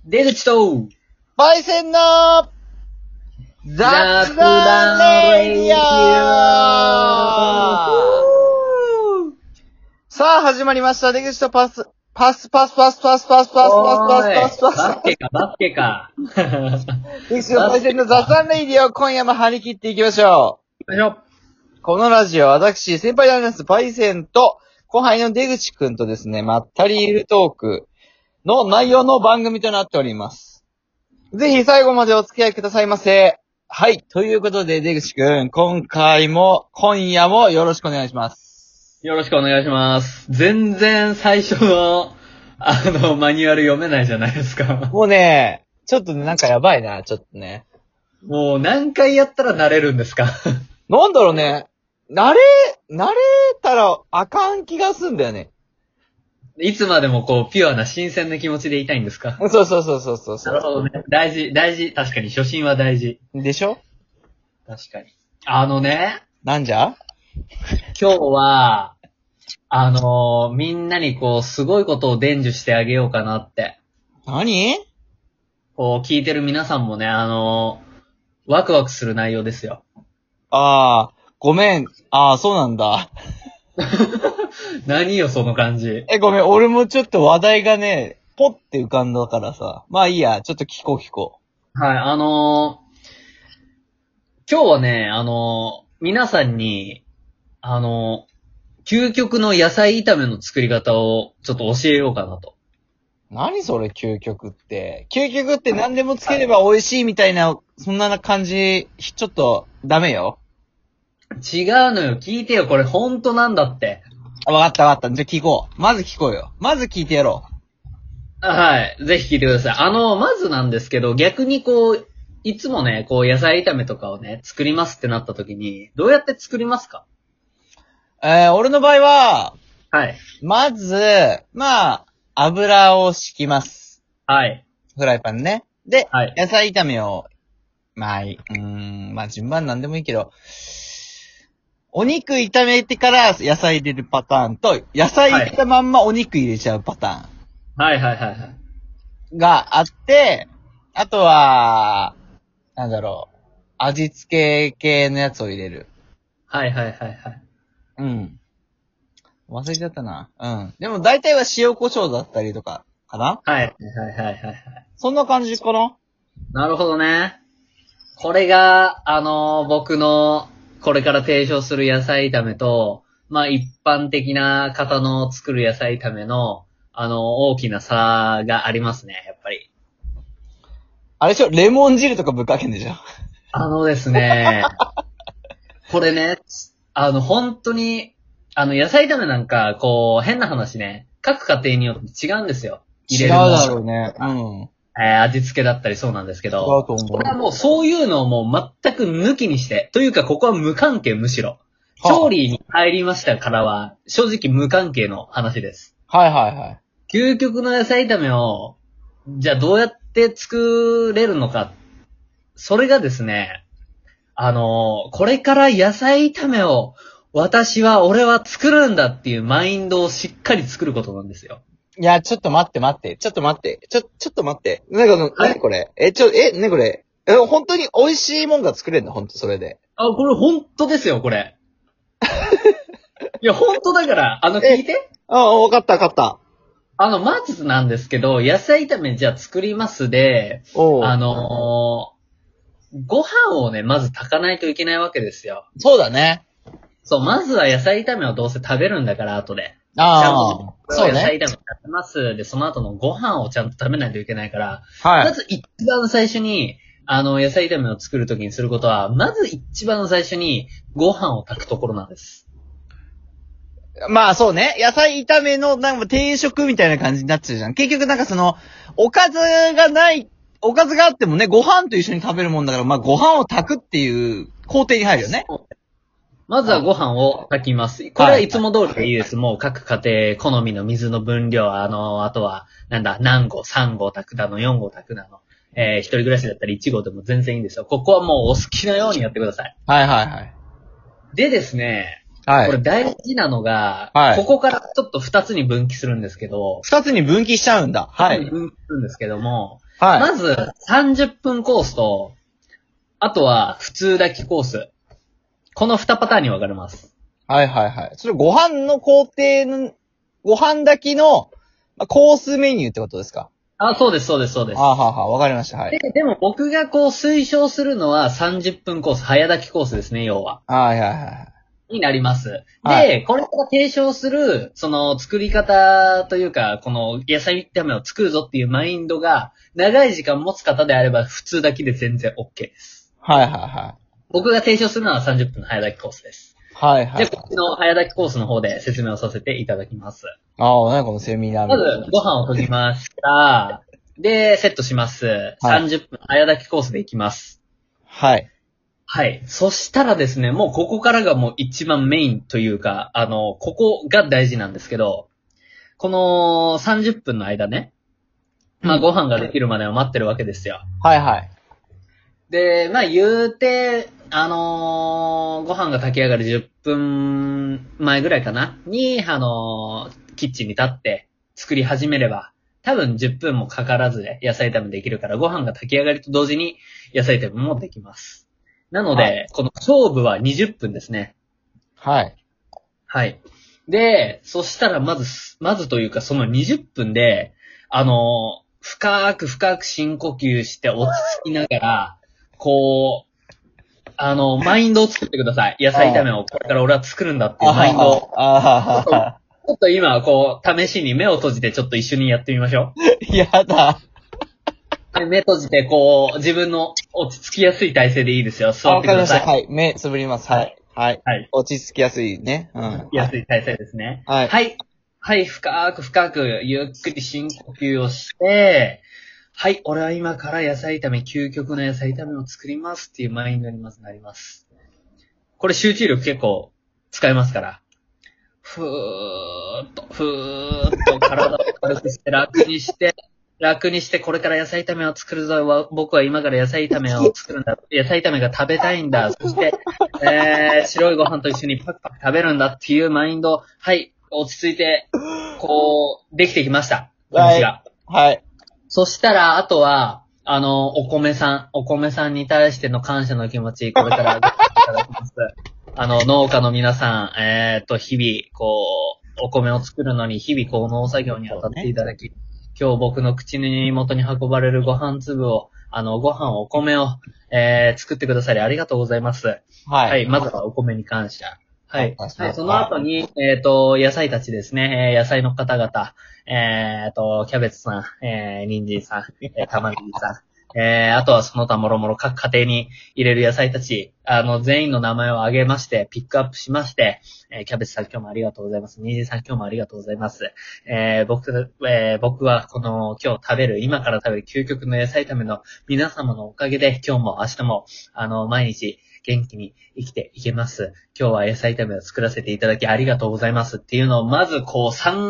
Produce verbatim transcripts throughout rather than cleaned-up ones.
出口と、 パイセンの雑談レディオさあ始まりました。出口とパス、パスパスパスパスパスパスパスパスパスパスバスケか、バスケか。 出口とパイセンの雑談レディオ、今夜も張り切っていきましょよいしょ。 う。このラジオは私、先輩でありますパイセンと、後輩の出口くんとですね、まったりゆるトークの内容の番組となっております。ぜひ最後までお付き合いくださいませ。はい。ということで、出口くん、今回も、今夜もよろしくお願いします。 よろしくお願いします。全然最初の、あの、マニュアル読めないじゃないですか。 もうね、ちょっとね、なんかやばいな、ちょっとね。 もう何回やったら慣れるんですか？ なんだろうね。慣れ、慣れたらあかん気がすんだよね。 いつまでもこう、ピュアな新鮮な気持ちでいたいんですか？ そうそうそうそうそうそう。 なるほどね。大事、大事。確かに、初心は大事。 でしょ？ 確かに。あのね、 なんじゃ？ 今日は、あのー、みんなにこう、すごいことを伝授してあげようかなって。 何？ こう、聞いてる皆さんもね、あのー、ワクワクする内容ですよ。 あー、ごめん。あー、そうなんだ。 何よ、その感じ。 え、ごめん。俺もちょっと話題がね、ポッて浮かんだからさ。まあいいや。ちょっと聞こう聞こはい、あのー、今日はね、あのー、皆さんに、あのー、究極の野菜炒めの作り方をちょっと教えようかなと。 う。何それ、究極って。究極って何でもつければ美味しいみたいな、そんな感じ、ちょっと、ダメよ。 違うのよ、聞いてよ、これ本当なんだって。 あ、わかったわかった。じゃあ聞こう。まず聞こうよ。まず聞いてやろはい。ぜひ聞いてください。あの、まずなんですけど、逆にこう、いつもね、こう、野菜炒めとかをね、作りますってなった時に、どうやって作りますか？ う。えー、俺の場合は、 はい。 まず、まあ、油を敷きます。 はい。 フライパンね。で、 はい。 野菜炒めを、まあ、うーん、まあ順番なんでもいいけど、お肉炒めてから野菜入れるパターンと、野菜入れたまんまお肉入れちゃうパタはいはいはいはい。 ーンがあって、あとは、なんだろう、味付け系のやつを入れる。 はいはいはいはい。 うん。忘れちゃったな。うん。でも大体は塩コショウだったりとか、かな？ はいはいはいはいはい。 そんな感じかな？ なるほどね。これが、あのー僕の、これから提唱する野菜炒めと、まあ一般的な方の作る野菜炒めの、あのー大きな差がありますね、やっぱり。 あれでしょ？レモン汁とかぶっかけんでしょ？ あのですね、これね、あの、本当に、あの、野菜炒めなんか、こう、変な話ね、各家庭によって違うんですよ。 違うだろうね。うん。 えー、味付けだったりそうなんですけ違ど、 うと思う。 これはもうそういうのをもう全く抜きにして、というかここは無関係むしろ。調理に入りましたからは、正直無関係の話です。 はいはいはい。 究極の野菜炒めを、じゃあどうやって作れるのか。それがですね、あのー、これから野菜炒めを、私は、俺は作るんだっていうマインドをしっかり作ることなんですよ。 いや、ちょっと待って待って。ちょっと待って。ちょ、ちょっと待って。なんかの、 はい何これえ、ちょ、え、ねこれ。え、本当に美味しいもんが作れるの？本当それで。 あ、これ本当ですよ、これ。いや、本当だから、あの、聞いて。 ああ、わかったわかった。 あの、まずなんですけど、野菜炒めじゃあ作りますで、 おう。 あのー、ご飯をね、まず炊かないといけないわけですよ。 そうだね。 そう、まずは野菜炒めをどうせ食べるんだから、後で。ちゃんあとあ、そうね。 野菜炒め食べます。で、その後のご飯をちゃんと食べないといけないから、 はい。 まず一番最初に、あの、野菜炒めを作るときにすることは、まず一番最初にご飯を炊くところなんです。 まあそうね。野菜炒めのなんか定食みたいな感じになっちゃうじゃん。結局なんかその、おかずがない、おかずがあってもね、ご飯と一緒に食べるもんだから、まあご飯を炊くっていう工程に入るよね。 まずはご飯を炊きます。これはいつも通りでいいです。もう各家庭、好みの水の分量、あの、あとは、なんだ、何合、さん合炊くだの、よん合炊くだの。えー、一人暮らしだったらいち合でも全然いいんですよ。ここはもうお好きなようにやってください。 はいはいはい。 でですね、 はい。 これ大事なのが、 はいここからちょっと二つに分岐するんですけど、 二つに分岐しちゃうんだ。はい。 分岐するんですけども、 はい。 まずさんじゅっぷんコースと、あとは普通炊きコース。このにパターンに分かれます。 はいはいはい。それご飯の工程の、ご飯炊きの、まあ、コースメニューってことですか？ あ、そうです、そうです、そうです。 あはは、わかりました。はい。 で、でも僕がこう推奨するのはさんじゅっぷんコース、早炊きコースですね、要は。 はいはいはい。 になります。 はで、これから提唱する、その作り方というか、この野菜炒めを作るぞっていうマインドが、長い時間持つ方であれば普通だけで全然 OK です。 はいはいはい。 僕が提唱するのはさんじゅっぷんの早炊きコースです。 はいはい。 じゃあ、こっちの早炊きコースの方で説明をさせていただきます。 ああ、なんかこのセミナーまみたいな。 ず、ご飯を取りました。で、セットします。さんじゅっぷん早炊きコースでいきます。 はい。 はい。そしたらですね、もうここからがもう一番メインというか、あの、ここが大事なんですけど、このさんじゅっぷんの間ね、まあご飯ができるまでは待ってるわけですよ。 はいはい。 で、まあ言うて、あのー、ご飯が炊き上がるじゅっぷんまえぐらいかなに、あのー、キッチンに立って作り始めれば、多分じゅっぷんもかからずで野菜炒めできるから、ご飯が炊き上がりと同時に野菜炒めもできます。なので、はい、この勝負はにじゅっぷんですね。 はい。 はい。で、そしたらまず、まずというかそのにじゅっぷんで、あのー、深く深く深呼吸して落ち着きながら、こう、あの、マインドを作ってください。野菜炒めをこれから俺は作るんだっていうマインドを。 ああ。 ちょっと今、こう、試しに目を閉じてちょっと一緒にやってみましょう。やだ。 目閉じて、こう、自分の落ち着きやすい体勢でいいですよ。座ってください。 わかりました。はい。目つぶります。はい。はい。はい。落ち着きやすいね。 うん。やすい体勢ですね。 はい。 はい。はい。深く深く、ゆっくり深呼吸をして、はい。俺は今から野菜炒め、究極の野菜炒めを作りますっていうマインドにまずなります。これ集中力結構使えますから。ふーっと、ふーっと体を軽くして楽にして、楽にしてこれから野菜炒めを作るぞ。僕は今から野菜炒めを作るんだ。野菜炒めが食べたいんだ。そして、えー、白いご飯と一緒にパクパク食べるんだっていうマインド。はい。落ち着いて、こう、できてきました。気持ちが。 はい。はい。 そしたら、あとは、あの、お米さん、お米さんに対しての感謝の気持ち、これからいただきます。あの、農家の皆さん、えっと、日々、こう、お米を作るのに日々、こう、農作業に当たっていただき、ね、今日僕の口に元に運ばれるご飯粒を、あの、ご飯、お米を、えー、作ってくださりありがとうございます。はい。はい、まずはお米に感謝。はい。はい、その後に、えっと、野菜たちですね。野菜の方々、えっと、キャベツさん、えー、人参さん、えー、玉ねぎさん、えー、あとはその他もろもろ各家庭に入れる野菜たち、あの、全員の名前を挙げまして、ピックアップしまして、えー、キャベツさん今日もありがとうございます。人参さん今日もありがとうございます。えー、僕、えー、僕はこの今日食べる、今から食べる究極の野菜炒めの皆様のおかげで、今日も明日も、あの、毎日、元気に生きていけます。今日は野菜炒めを作らせていただきありがとうございますっていうのを、まずこう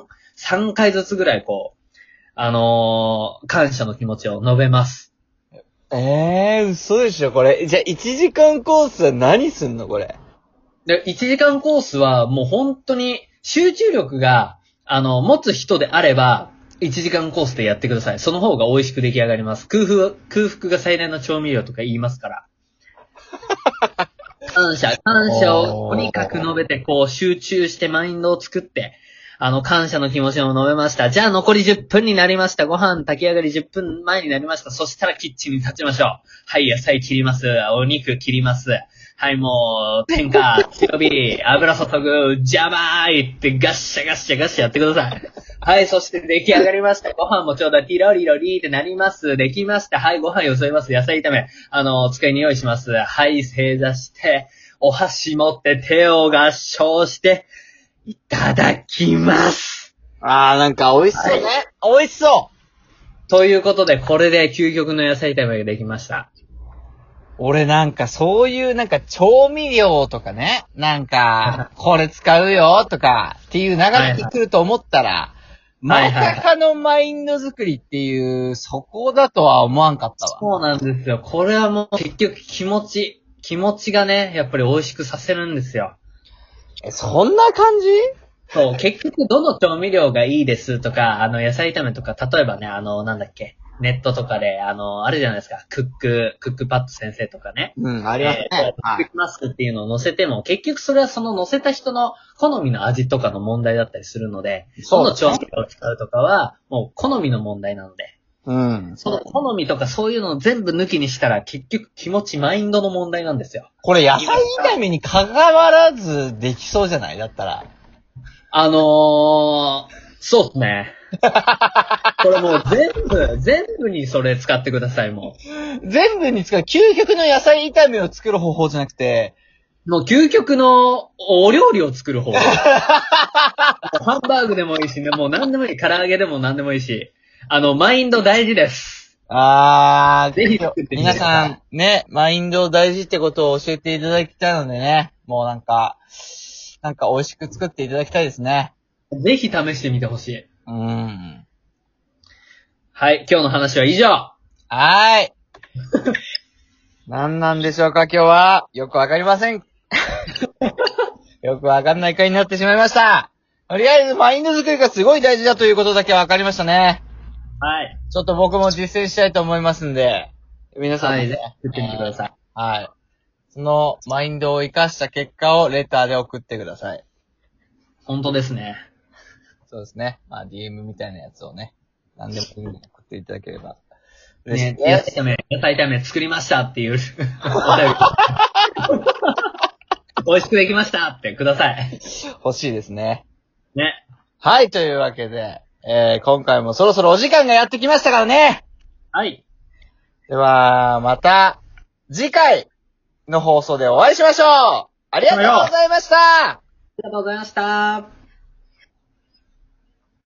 3、3回ずつぐらいこう、あのー、感謝の気持ちを述べます。 えー、嘘でしょこれ。じゃあいちじかんコースは何すんのこれ。 で、いちじかんコースはもう本当に集中力が、あの、持つ人であれば、いちじかんコースでやってください。その方が美味しく出来上がります。空腹、空腹が最大の調味料とか言いますから。感謝、感謝をとにかく述べて、こう集中してマインドを作って、あの、感謝の気持ちを述べました。じゃあ残りじゅっぷんになりました。ご飯炊き上がりじゅっぷんまえになりました。そしたらキッチンに立ちましょう。はい、野菜切ります。お肉切ります。はい、もう、天下、強火、油注ぐ、ジャバーいってガッシャガッシャガッシャやってください。はい、そして出来上がりました。ご飯もちょうどティロリロリーってなります。できました。はい、ご飯よそいます。野菜炒め、あの、机に用意します。はい、正座して、お箸持って手を合掌して、いただきます。 あー、なんか美味しそうね。はい、美味しそう。 ということで、これで究極の野菜炒めができました。 俺なんかそういうなんか調味料とかね、なんか、これ使うよとかっていう流れに来ると思ったら、まさかのマインド作りっていう、そこだとは思わんかったわ。 そうなんですよ。これはもう結局気持ち、気持ちがね、やっぱり美味しくさせるんですよ。 え、そんな感じ？ そう、結局どの調味料がいいですとか、あの野菜炒めとか、例えばね、あの、なんだっけ、 ネットとかで、あの、あるじゃないですか。クック、クックパッド先生とかね。 うん、ありますね。 えー、クックマスクっていうのを載せても、結局それはその載せた人の好みの味とかの問題だったりするので、どの調味料を使うとかは、もう好みの問題なので、 うん。 その好みとかそういうのを全部抜きにしたら、結局気持ち、マインドの問題なんですよ。 これ野菜炒めに関わらずできそうじゃないだったら。 あのー、そうですね。これもう全部、全部にそれ使ってください、もう。全部に使う、究極の野菜炒めを作る方法じゃなくて、 もう究極のお料理を作る方法。ハンバーグでもいいしね、もう何でもいい。唐揚げでも何でもいいし。あの、マインド大事です。 あー、 ぜひ作ってみてください。 皆さん、ね、マインド大事ってことを教えていただきたいのでね、もうなんか、なんか美味しく作っていただきたいですね。 ぜひ試してみてほしい。 うーん。 はい、今日の話は以上。 はーい。何なんでしょうか、今日は。よくわかりません。よくわかんない回になってしまいました。とりあえず、マインド作りがすごい大事だということだけわかりましたね。 はい。 ちょっと僕も実践したいと思いますんで、皆さんも、ね、 はい、ぜひ作ってみてください。 はい。そのマインドを活かした結果をレターで送ってください。 本当ですね。 そうですね。まあ ディーエム みたいなやつをね、何でもいいんで送っていただければ嬉しいね、野です。 菜炒め、野菜炒め作りましたっていうお便り。美味しくできましたってください。 欲しいですね。 ね。 はい、というわけで、えー、今回もそろそろお時間がやってきましたからね。 はい。 では、また、次回の放送でお会いしましょう。ありがとうございました。 ありがとうございました。